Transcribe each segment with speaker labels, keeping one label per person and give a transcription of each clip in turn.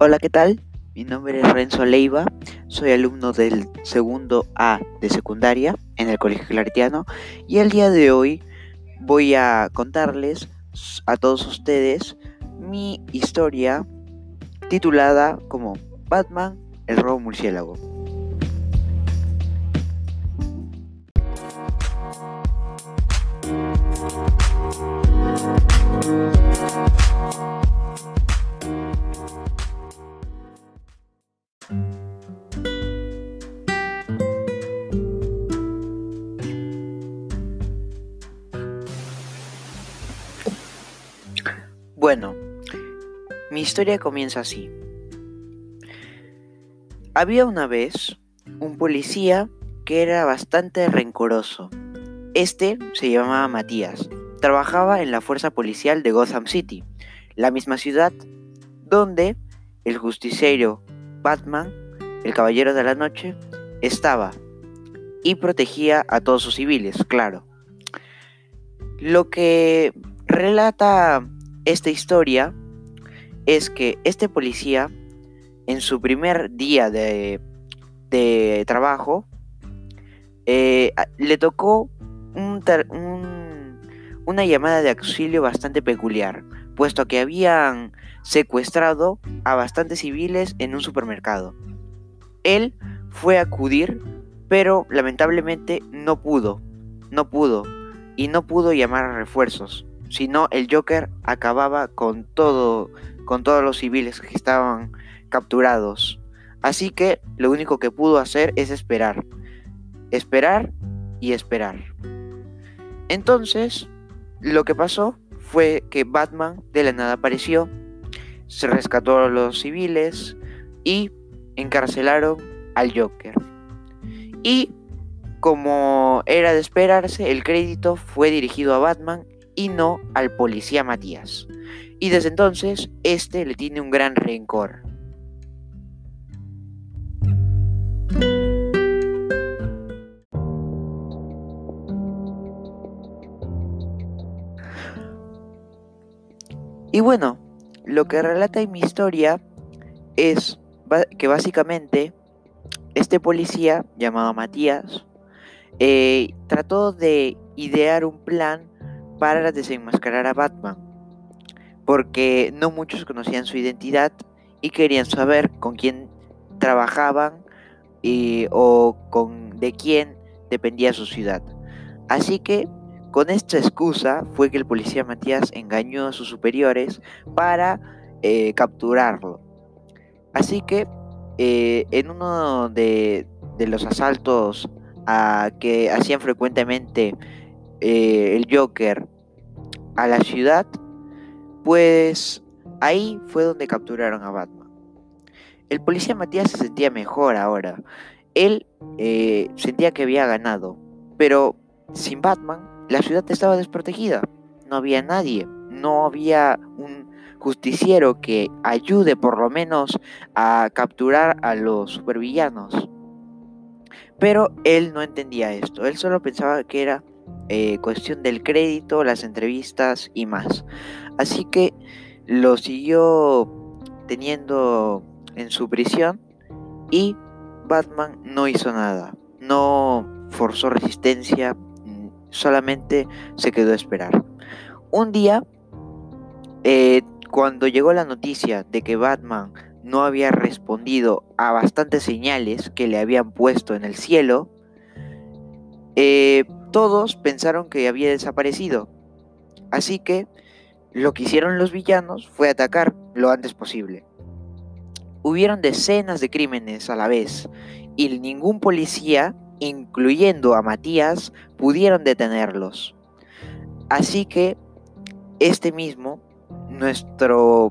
Speaker 1: Hola, ¿qué tal? Mi nombre es Renzo Leiva, soy alumno del segundo A de secundaria en el Colegio Claretiano y el día de hoy voy a contarles a todos ustedes mi historia titulada como Batman, el robo murciélago. Bueno, mi historia comienza así. Había una vez un policía que era bastante rencoroso. Este se llamaba Matías. Trabajaba en la fuerza policial de Gotham City, la misma ciudad donde el justiciero Batman, el Caballero de la Noche, estaba y protegía a todos sus civiles, claro. Lo que relata esta historia es que este policía, en su primer día de trabajo, le tocó una llamada de auxilio bastante peculiar, puesto que habían secuestrado a bastantes civiles en un supermercado. Él fue a acudir, pero lamentablemente no pudo, y no pudo llamar a refuerzos, sino el Joker acababa con todos los civiles que estaban capturados. Así que lo único que pudo hacer es esperar y esperar. Entonces, lo que pasó fue que Batman de la nada apareció, se rescató a los civiles y encarcelaron al Joker. Y como era de esperarse, el crédito fue dirigido a Batman y no al policía Matías. Y desde entonces, este le tiene un gran rencor. Y bueno, lo que relata en mi historia es que básicamente este policía llamado Matías trató de idear un plan para desenmascarar a Batman, porque no muchos conocían su identidad y querían saber con quién trabajaban o de quién dependía su ciudad. Así que con esta excusa fue que el policía Matías engañó a sus superiores para capturarlo. Así que en uno de los asaltos que hacían frecuentemente el Joker a la ciudad, pues ahí fue donde capturaron a Batman. El policía Matías se sentía mejor ahora. Él sentía que había ganado, pero sin Batman la ciudad estaba desprotegida. No había nadie, no había un justiciero que ayude por lo menos a capturar a los supervillanos. Pero él no entendía esto, él solo pensaba que era cuestión del crédito, las entrevistas y más. Así que lo siguió teniendo en su prisión y Batman no hizo nada, no forzó resistencia, solamente se quedó a esperar. Un día, cuando llegó la noticia de que Batman no había respondido a bastantes señales que le habían puesto en el cielo, todos pensaron que había desaparecido. Así que lo que hicieron los villanos fue atacar lo antes posible. Hubieron decenas de crímenes a la vez y ningún policía, incluyendo a Matías, pudieron detenerlos. Así que este mismo, nuestro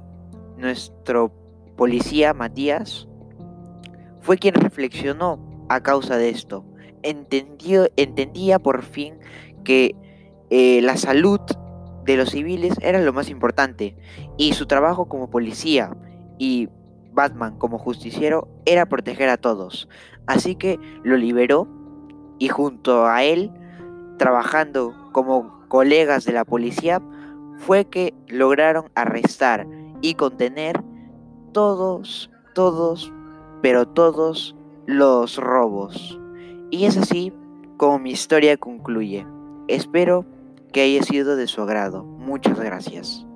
Speaker 1: policía Matías, fue quien reflexionó a causa de esto. Entendía por fin que la salud de los civiles era lo más importante y su trabajo como policía y Batman como justiciero era proteger a todos. Así que lo liberó y junto a él, trabajando como colegas de la policía, fue que lograron arrestar y contener pero todos los robos. Y es así como mi historia concluye. Espero que haya sido de su agrado. Muchas gracias.